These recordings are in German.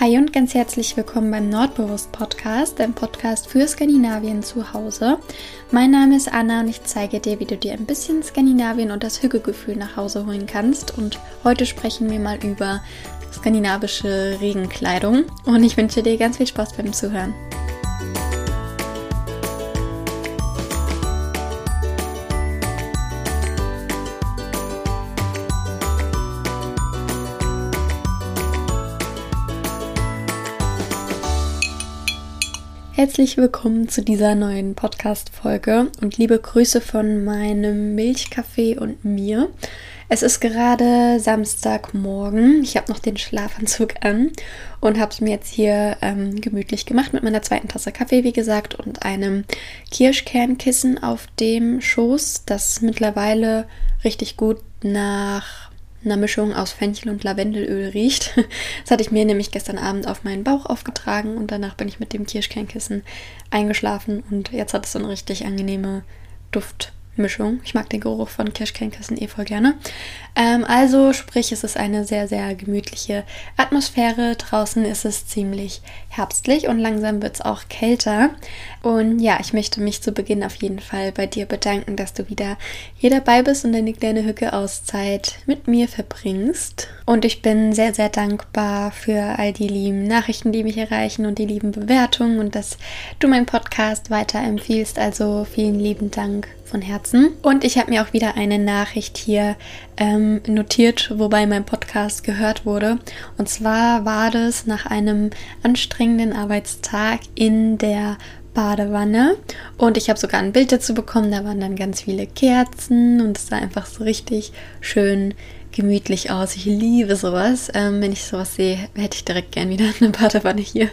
Hi und ganz herzlich willkommen beim Nordbewusst-Podcast, einem Podcast für Skandinavien zu Hause. Mein Name ist Anna und ich zeige dir, wie du dir ein bisschen Skandinavien und das Hügelgefühl nach Hause holen kannst. Und heute sprechen wir mal über skandinavische Regenkleidung und ich wünsche dir ganz viel Spaß beim Zuhören. Herzlich willkommen zu dieser neuen Podcast-Folge und liebe Grüße von meinem Milchkaffee und mir. Es ist gerade Samstagmorgen, ich habe noch den Schlafanzug an und habe es mir jetzt hier gemütlich gemacht mit meiner zweiten Tasse Kaffee, wie gesagt, und einem Kirschkernkissen auf dem Schoß, das mittlerweile richtig gut nach einer Mischung aus Fenchel und Lavendelöl riecht. Das hatte ich mir nämlich gestern Abend auf meinen Bauch aufgetragen und danach bin ich mit dem Kirschkernkissen eingeschlafen und jetzt hat es so eine richtig angenehme Duftmischung. Ich mag den Geruch von Kirschkernkissen voll gerne. Also sprich, es ist eine sehr, sehr gemütliche Atmosphäre. Draußen ist es ziemlich herbstlich und langsam wird es auch kälter. Und ja, ich möchte mich zu Beginn auf jeden Fall bei dir bedanken, dass du wieder hier dabei bist und eine kleine Hücke-Auszeit mit mir verbringst. Und ich bin sehr, sehr dankbar für all die lieben Nachrichten, die mich erreichen und die lieben Bewertungen und dass du meinen Podcast weiterempfiehlst. Also vielen lieben Dank von Herzen. Und ich habe mir auch wieder eine Nachricht hier notiert, wobei mein Podcast gehört wurde. Und zwar war das nach einem anstrengenden Arbeitstag in der Badewanne und ich habe sogar ein Bild dazu bekommen, da waren dann ganz viele Kerzen und es sah einfach so richtig schön gemütlich aus. Ich liebe sowas. Wenn ich sowas sehe, hätte ich direkt gern wieder eine Badewanne hier.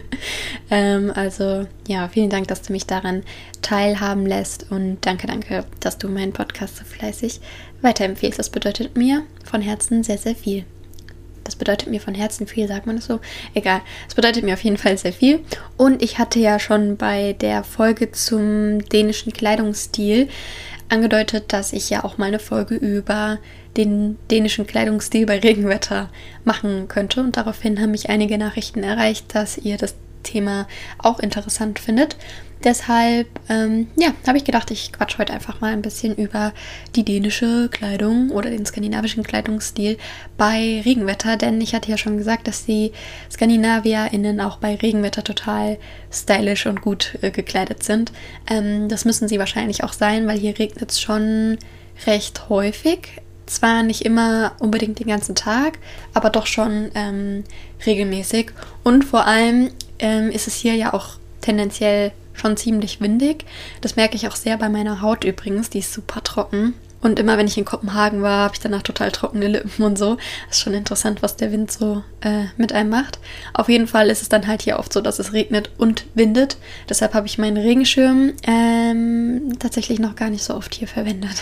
Also ja, vielen Dank, dass du mich daran teilhaben lässt und danke, dass du meinen Podcast so fleißig weiterempfehlst. Das bedeutet mir von Herzen sehr, sehr viel. Das bedeutet mir von Herzen viel, sagt man das so? Egal, es bedeutet mir auf jeden Fall sehr viel. Und ich hatte ja schon bei der Folge zum dänischen Kleidungsstil angedeutet, dass ich ja auch mal eine Folge über den dänischen Kleidungsstil bei Regenwetter machen könnte. Und daraufhin haben mich einige Nachrichten erreicht, dass ihr das Thema auch interessant findet. Deshalb, habe ich gedacht, ich quatsch heute einfach mal ein bisschen über die dänische Kleidung oder den skandinavischen Kleidungsstil bei Regenwetter, denn ich hatte ja schon gesagt, dass die SkandinavierInnen auch bei Regenwetter total stylisch und gut gekleidet sind. Das müssen sie wahrscheinlich auch sein, weil hier regnet es schon recht häufig. Zwar nicht immer unbedingt den ganzen Tag, aber doch schon regelmäßig. Und vor allem ist es hier ja auch tendenziell schon ziemlich windig. Das merke ich auch sehr bei meiner Haut übrigens, die ist super trocken. Und immer wenn ich in Kopenhagen war, habe ich danach total trockene Lippen und so. Das ist schon interessant, was der Wind so mit einem macht. Auf jeden Fall ist es dann halt hier oft so, dass es regnet und windet. Deshalb habe ich meinen Regenschirm tatsächlich noch gar nicht so oft hier verwendet.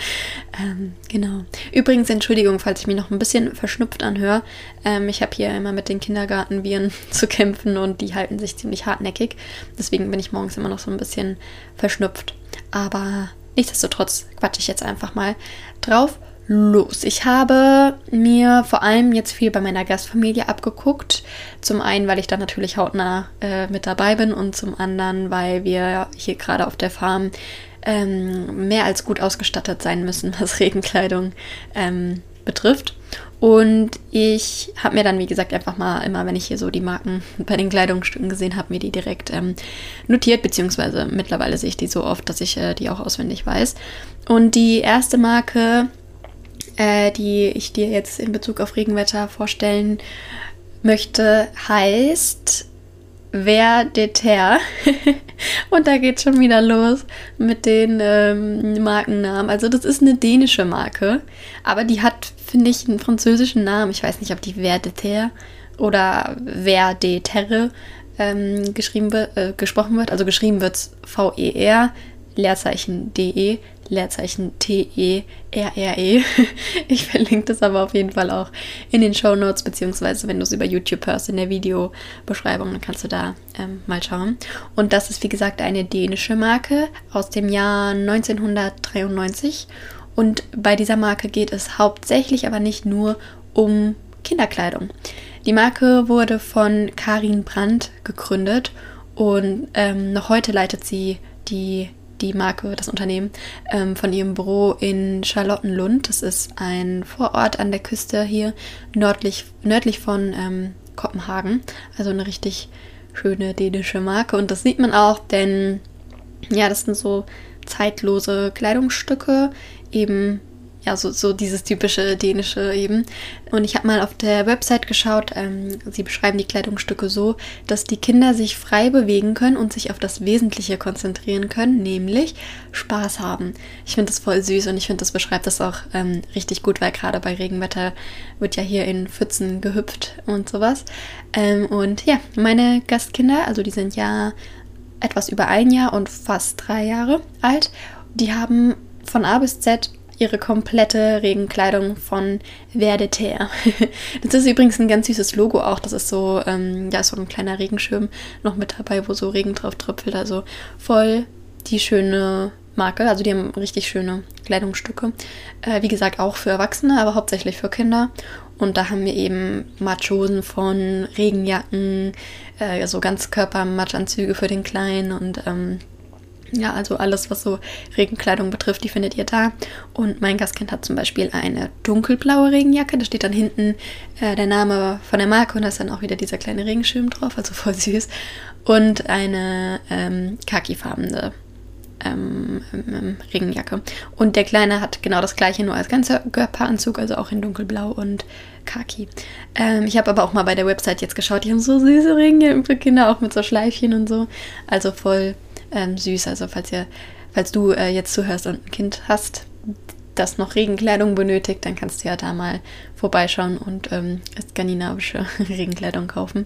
Genau. Übrigens, Entschuldigung, falls ich mich noch ein bisschen verschnupft anhöre. Ich habe hier immer mit den Kindergartenviren zu kämpfen und die halten sich ziemlich hartnäckig. Deswegen bin ich morgens immer noch so ein bisschen verschnupft. Aber nichtsdestotrotz quatsche ich jetzt einfach mal drauf los. Ich habe mir vor allem jetzt viel bei meiner Gastfamilie abgeguckt. Zum einen, weil ich da natürlich hautnah mit dabei bin und zum anderen, weil wir hier gerade auf der Farm mehr als gut ausgestattet sein müssen, was Regenkleidung betrifft. Und ich habe mir dann, wie gesagt, einfach mal immer, wenn ich hier so die Marken bei den Kleidungsstücken gesehen habe, mir die direkt notiert, beziehungsweise mittlerweile sehe ich die so oft, dass ich die auch auswendig weiß. Und die erste Marke, die ich dir jetzt in Bezug auf Regenwetter vorstellen möchte, heißt Verdeter. Und da geht schon wieder los mit den Markennamen. Also das ist eine dänische Marke, aber die hat, finde ich, einen französischen Namen. Ich weiß nicht, ob die Verdeter oder Verdetere gesprochen wird. Also geschrieben wird es V-E-R, Leerzeichen D-E, Leerzeichen T-E-R-R-E. Ich verlinke das aber auf jeden Fall auch in den Shownotes, beziehungsweise wenn du es über YouTube hörst, in der Videobeschreibung, dann kannst du da mal schauen. Und das ist, wie gesagt, eine dänische Marke aus dem Jahr 1993. Und bei dieser Marke geht es hauptsächlich, aber nicht nur um Kinderkleidung. Die Marke wurde von Karin Brandt gegründet und noch heute leitet sie die Marke, das Unternehmen, von ihrem Büro in Charlottenlund. Das ist ein Vorort an der Küste hier nördlich von Kopenhagen. Also eine richtig schöne dänische Marke. Und das sieht man auch, denn ja, das sind so zeitlose Kleidungsstücke, eben ja, so dieses typische dänische eben. Und ich habe mal auf der Website geschaut, sie beschreiben die Kleidungsstücke so, dass die Kinder sich frei bewegen können und sich auf das Wesentliche konzentrieren können, nämlich Spaß haben. Ich finde das voll süß und ich finde, das beschreibt das auch richtig gut, weil gerade bei Regenwetter wird ja hier in Pfützen gehüpft und sowas. Und ja, meine Gastkinder, also die sind ja etwas über 1 Jahr und fast 3 Jahre alt, die haben von A bis Z ihre komplette Regenkleidung von Verdeter. Das ist übrigens ein ganz süßes Logo auch. Das ist so, ja, so ein kleiner Regenschirm noch mit dabei, wo so Regen drauf tröpfelt. Also voll die schöne Marke. Also die haben richtig schöne Kleidungsstücke. Wie gesagt, auch für Erwachsene, aber hauptsächlich für Kinder. Und da haben wir eben Matschhosen von Regenjacken, so Ganzkörper-Matschanzüge für den Kleinen und ja, also alles, was so Regenkleidung betrifft, die findet ihr da. Und mein Gastkind hat zum Beispiel eine dunkelblaue Regenjacke. Da steht dann hinten der Name von der Marke und da ist dann auch wieder dieser kleine Regenschirm drauf, also voll süß. Und eine khakifarbene Regenjacke. Und der Kleine hat genau das gleiche, nur als Ganzkörperanzug, also auch in dunkelblau und Khaki. Ich habe aber auch mal bei der Website jetzt geschaut, die haben so süße Regenjacken für Kinder, auch mit so Schleifchen und so. Also voll süß. Also falls du jetzt zuhörst und ein Kind hast, das noch Regenkleidung benötigt, dann kannst du ja da mal vorbeischauen und skandinavische Regenkleidung kaufen.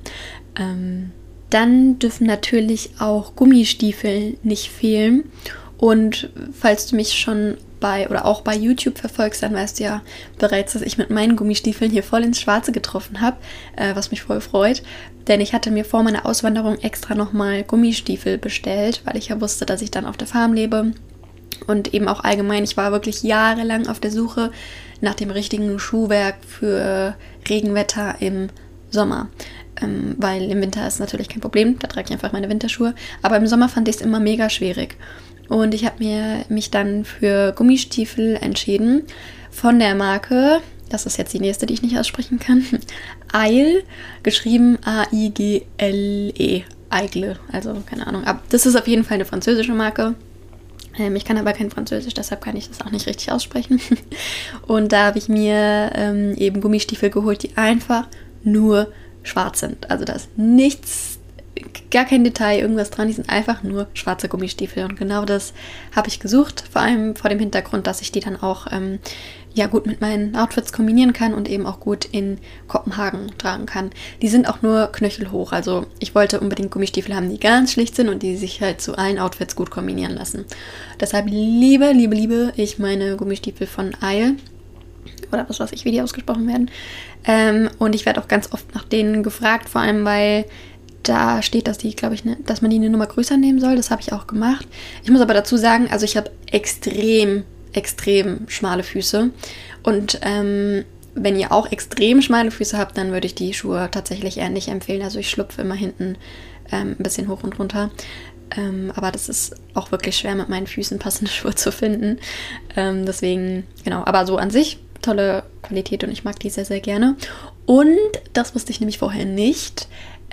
Dann dürfen natürlich auch Gummistiefel nicht fehlen. Und falls du mich schon auch bei YouTube verfolgst, dann weißt du ja bereits, dass ich mit meinen Gummistiefeln hier voll ins Schwarze getroffen habe, was mich voll freut. Denn ich hatte mir vor meiner Auswanderung extra nochmal Gummistiefel bestellt, weil ich ja wusste, dass ich dann auf der Farm lebe. Und eben auch allgemein, ich war wirklich jahrelang auf der Suche nach dem richtigen Schuhwerk für Regenwetter im Sommer. Weil im Winter ist natürlich kein Problem, da trage ich einfach meine Winterschuhe. Aber im Sommer fand ich es immer mega schwierig. Und ich habe mich dann für Gummistiefel entschieden von der Marke, das ist jetzt die nächste, die ich nicht aussprechen kann, Aigle, geschrieben A-I-G-L-E, Aigle, also keine Ahnung. Aber das ist auf jeden Fall eine französische Marke. Ich kann aber kein Französisch, deshalb kann ich das auch nicht richtig aussprechen. Und da habe ich mir eben Gummistiefel geholt, die einfach nur schwarz sind. Also da ist nichts, gar kein Detail, irgendwas dran. Die sind einfach nur schwarze Gummistiefel. Und genau das habe ich gesucht, vor allem vor dem Hintergrund, dass ich die dann auch ja gut mit meinen Outfits kombinieren kann und eben auch gut in Kopenhagen tragen kann. Die sind auch nur knöchelhoch. Also ich wollte unbedingt Gummistiefel haben, die ganz schlicht sind und die sich halt zu allen Outfits gut kombinieren lassen. Deshalb liebe ich meine Gummistiefel von Aigle. Oder was weiß ich, wie die ausgesprochen werden. Und ich werde auch ganz oft nach denen gefragt, vor allem weil da steht, dass die, glaube ich, dass man die eine Nummer größer nehmen soll. Das habe ich auch gemacht. Ich muss aber dazu sagen, also ich habe extrem schmale Füße. Und wenn ihr auch extrem schmale Füße habt, dann würde ich die Schuhe tatsächlich eher nicht empfehlen. Also ich schlupfe immer hinten ein bisschen hoch und runter. Aber das ist auch wirklich schwer, mit meinen Füßen passende Schuhe zu finden. Deswegen, genau, aber so an sich tolle Qualität und ich mag die sehr, sehr gerne. Und, das wusste ich nämlich vorher nicht,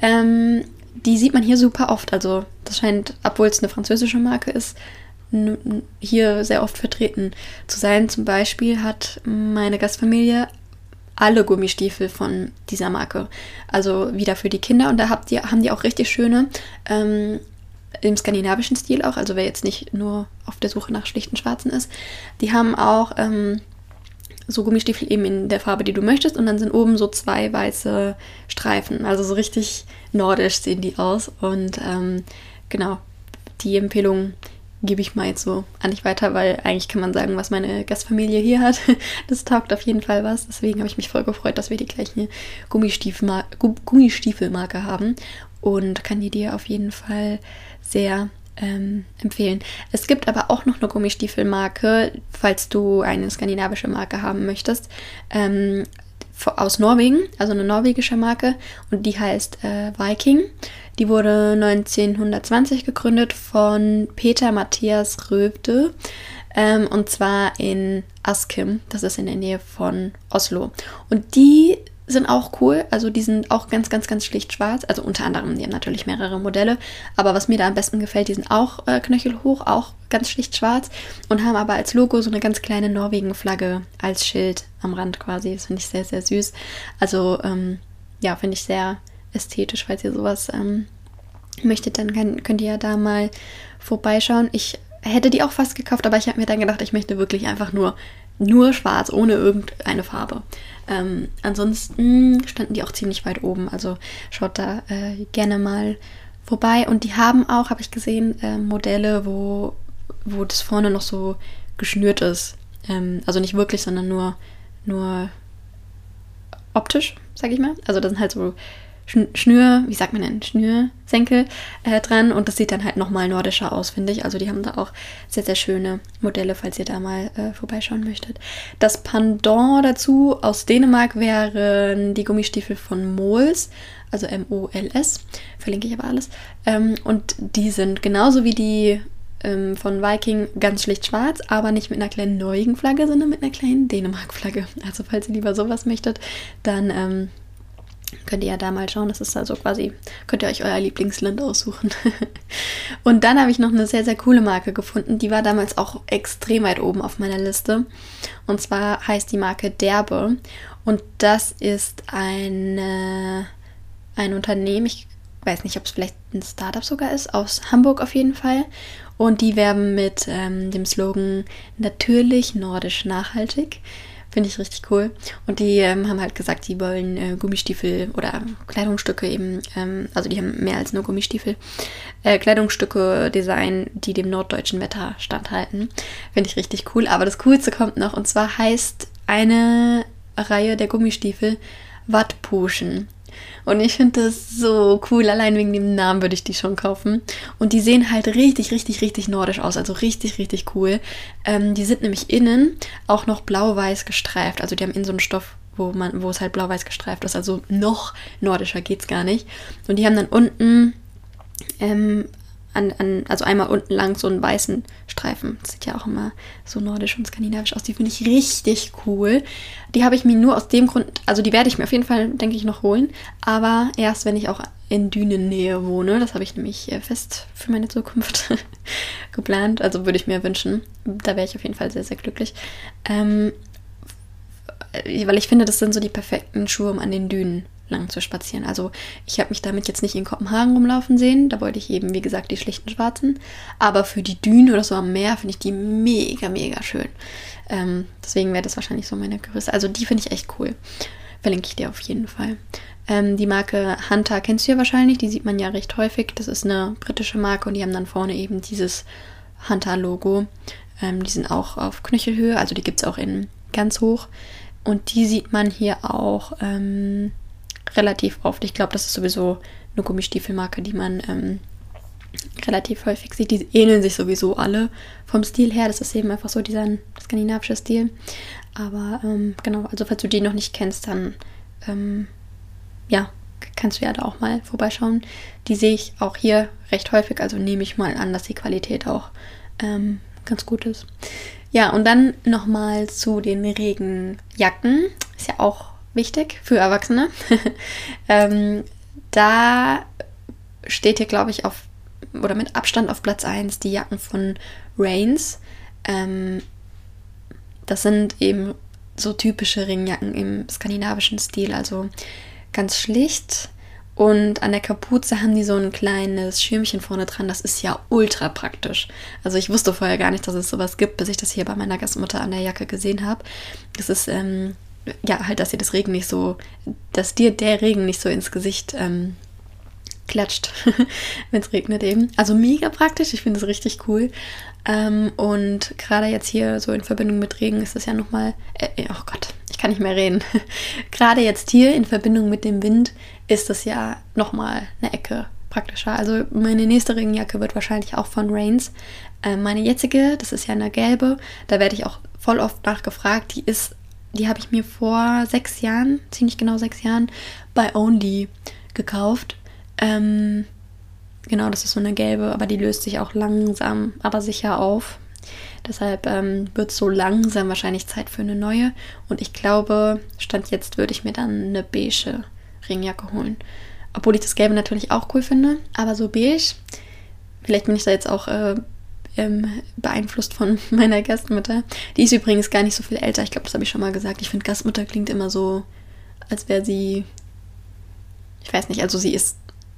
die sieht man hier super oft. Also das scheint, obwohl es eine französische Marke ist, hier sehr oft vertreten zu sein. Zum Beispiel hat meine Gastfamilie alle Gummistiefel von dieser Marke. Also wieder für die Kinder. Und da haben die auch richtig schöne, im skandinavischen Stil auch. Also wer jetzt nicht nur auf der Suche nach schlichten Schwarzen ist. Die haben auch so Gummistiefel eben in der Farbe, die du möchtest. Und dann sind oben so 2 weiße Streifen. Also so richtig nordisch sehen die aus. Und genau, die Empfehlung gebe ich mal jetzt so an dich weiter, weil eigentlich kann man sagen, was meine Gastfamilie hier hat. Das taugt auf jeden Fall was. Deswegen habe ich mich voll gefreut, dass wir die gleiche Gummistiefelmarke haben. Und kann die dir auf jeden Fall sehr empfehlen. Es gibt aber auch noch eine Gummistiefelmarke, falls du eine skandinavische Marke haben möchtest, aus Norwegen, also eine norwegische Marke, und die heißt Viking. Die wurde 1920 gegründet von Peter Mathias Røde, und zwar in Askim, das ist in der Nähe von Oslo. Und die sind auch cool, also die sind auch ganz, ganz, ganz schlicht schwarz, also unter anderem, die haben natürlich mehrere Modelle, aber was mir da am besten gefällt, die sind auch knöchelhoch, auch ganz schlicht schwarz und haben aber als Logo so eine ganz kleine Norwegen-Flagge als Schild am Rand quasi, das finde ich sehr, sehr süß, also ja, finde ich sehr ästhetisch, falls ihr sowas möchtet, dann könnt ihr ja da mal vorbeischauen. Ich hätte die auch fast gekauft, aber ich habe mir dann gedacht, ich möchte wirklich einfach nur schwarz, ohne irgendeine Farbe. Ansonsten standen die auch ziemlich weit oben, also schaut da gerne mal vorbei. Und die haben auch, habe ich gesehen, Modelle, wo das vorne noch so geschnürt ist. Also nicht wirklich, sondern nur optisch, sag ich mal. Also da sind halt so Schnürsenkel dran und das sieht dann halt nochmal nordischer aus, finde ich. Also die haben da auch sehr, sehr schöne Modelle, falls ihr da mal vorbeischauen möchtet. Das Pendant dazu aus Dänemark wären die Gummistiefel von Mols, also M-O-L-S, verlinke ich aber alles. Und die sind genauso wie die von Viking ganz schlicht schwarz, aber nicht mit einer kleinen Norwegen-Flagge, sondern mit einer kleinen Dänemark-Flagge. Also falls ihr lieber sowas möchtet, dann könnt ihr ja da mal schauen, das ist also quasi, könnt ihr euch euer Lieblingsland aussuchen. Und dann habe ich noch eine sehr, sehr coole Marke gefunden, die war damals auch extrem weit oben auf meiner Liste. Und zwar heißt die Marke Derbe und das ist ein Unternehmen, ich weiß nicht, ob es vielleicht ein Startup sogar ist, aus Hamburg auf jeden Fall. Und die werben mit dem Slogan natürlich, nordisch, nachhaltig. Finde ich richtig cool. Und die haben halt gesagt, die wollen Gummistiefel oder Kleidungsstücke eben, also die haben mehr als nur Gummistiefel, Kleidungsstücke designen, die dem norddeutschen Wetter standhalten. Finde ich richtig cool. Aber das Coolste kommt noch, und zwar heißt eine Reihe der Gummistiefel Wattpuschen. Und ich finde das so cool, allein wegen dem Namen würde ich die schon kaufen. Und die sehen halt richtig, richtig, richtig nordisch aus, also richtig, richtig cool. Die sind nämlich innen auch noch blau-weiß gestreift, also die haben innen so einen Stoff, wo es halt blau-weiß gestreift ist, also noch nordischer geht's gar nicht. Und die haben dann unten also einmal unten lang so einen weißen Streifen. Das sieht ja auch immer so nordisch und skandinavisch aus. Die finde ich richtig cool. Die habe ich mir nur aus dem Grund, also die werde ich mir auf jeden Fall, denke ich, noch holen. Aber erst, wenn ich auch in Dünennähe wohne. Das habe ich nämlich fest für meine Zukunft geplant. Also würde ich mir wünschen. Da wäre ich auf jeden Fall sehr, sehr glücklich. Weil ich finde, das sind so die perfekten Schuhe, um an den Dünen lang zu spazieren. Also ich habe mich damit jetzt nicht in Kopenhagen rumlaufen sehen. Da wollte ich eben, wie gesagt, die schlichten schwarzen. Aber für die Dünen oder so am Meer finde ich die mega, mega schön. Deswegen wäre das wahrscheinlich so meine Größe. Also die finde ich echt cool. Verlinke ich dir auf jeden Fall. Die Marke Hunter kennst du ja wahrscheinlich. Die sieht man ja recht häufig. Das ist eine britische Marke und die haben dann vorne eben dieses Hunter-Logo. Die sind auch auf Knöchelhöhe. Also die gibt es auch in ganz hoch. Und die sieht man hier auch relativ oft. Ich glaube, das ist sowieso eine Gummistiefelmarke, die man relativ häufig sieht. Die ähneln sich sowieso alle vom Stil her. Das ist eben einfach so dieser skandinavische Stil. Aber genau, also falls du die noch nicht kennst, dann ja, kannst du ja da auch mal vorbeischauen. Die sehe ich auch hier recht häufig, also nehme ich mal an, dass die Qualität auch ganz gut ist. Ja, und dann nochmal zu den Regenjacken. Ist ja auch wichtig für Erwachsene. Da steht hier, glaube ich, oder mit Abstand auf Platz 1 die Jacken von Rains. Das sind eben so typische Regenjacken im skandinavischen Stil, also ganz schlicht. Und an der Kapuze haben die so ein kleines Schirmchen vorne dran. Das ist ja ultra praktisch. Also ich wusste vorher gar nicht, dass es sowas gibt, bis ich das hier bei meiner Gastmutter an der Jacke gesehen habe. Das ist, ja, halt, dass dir das Regen nicht so, dass dir der Regen nicht so ins Gesicht klatscht, wenn es regnet eben. Also mega praktisch, ich finde es richtig cool. Und gerade jetzt hier so in Verbindung mit Regen ist das ja nochmal, oh Gott, ich kann nicht mehr reden. Gerade jetzt hier in Verbindung mit dem Wind ist das ja nochmal eine Ecke praktischer. Also meine nächste Regenjacke wird wahrscheinlich auch von Rains. Meine jetzige, das ist ja eine gelbe, da werde ich auch voll oft nachgefragt, die ist die habe ich mir vor 6 Jahren, ziemlich genau 6 Jahren, bei Only gekauft. Genau, das ist so eine gelbe, aber die löst sich auch langsam, aber sicher auf. Deshalb wird es so langsam wahrscheinlich Zeit für eine neue. Und ich glaube, Stand jetzt würde ich mir dann eine beige Regenjacke holen. Obwohl ich das Gelbe natürlich auch cool finde, aber so beige, vielleicht bin ich da jetzt auch beeinflusst von meiner Gastmutter. Die ist übrigens gar nicht so viel älter, ich glaube, das habe ich schon mal gesagt. Ich finde, Gastmutter klingt immer so, als wäre sie, ich weiß nicht, also sie ist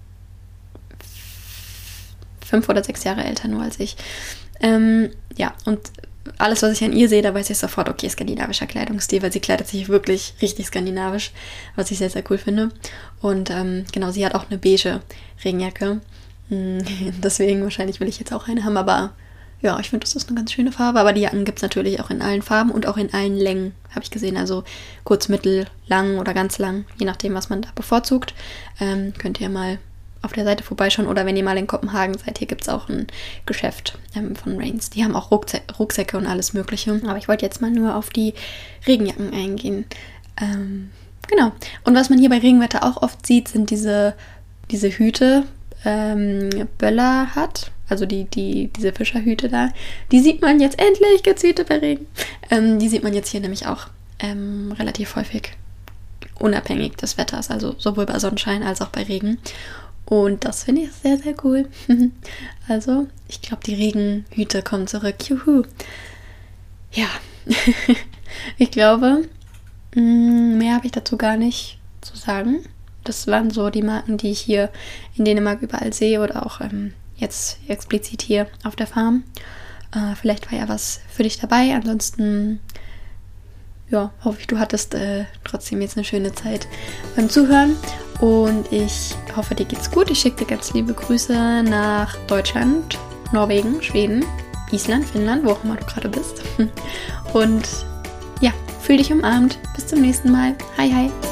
5 oder 6 Jahre älter nur als ich. Ja, und alles, was ich an ihr sehe, da weiß ich sofort, okay, skandinavischer Kleidungsstil, weil sie kleidet sich wirklich richtig skandinavisch, was ich sehr, sehr cool finde. Und genau, sie hat auch eine beige Regenjacke. Deswegen wahrscheinlich will ich jetzt auch eine haben, aber ja, ich finde, das ist eine ganz schöne Farbe. Aber die Jacken gibt es natürlich auch in allen Farben und auch in allen Längen, habe ich gesehen. Also kurz, mittel, lang oder ganz lang, je nachdem, was man da bevorzugt. Könnt ihr mal auf der Seite vorbeischauen oder wenn ihr mal in Kopenhagen seid, hier gibt es auch ein Geschäft von Rains. Die haben auch Rucksäcke und alles mögliche. Aber ich wollte jetzt mal nur auf die Regenjacken eingehen. Genau. Und was man hier bei Regenwetter auch oft sieht, sind diese Hüte, Böller hat. Also diese Fischerhüte da. Die sieht man jetzt endlich, gibt's Hüte bei Regen. Die sieht man jetzt hier nämlich auch relativ häufig, unabhängig des Wetters. Also sowohl bei Sonnenschein als auch bei Regen. Und das finde ich sehr, sehr cool. Also, ich glaube, die Regenhüte kommen zurück. Juhu. Ja, ich glaube, mehr habe ich dazu gar nicht zu sagen. Das waren so die Marken, die ich hier in Dänemark überall sehe oder auch jetzt explizit hier auf der Farm. Vielleicht war ja was für dich dabei. Ansonsten ja, hoffe ich, du hattest trotzdem jetzt eine schöne Zeit beim Zuhören und ich hoffe, dir geht's gut. Ich schicke dir ganz liebe Grüße nach Deutschland, Norwegen, Schweden, Island, Finnland, wo auch immer du gerade bist. Und ja, fühl dich umarmt. Bis zum nächsten Mal. Hi, hi.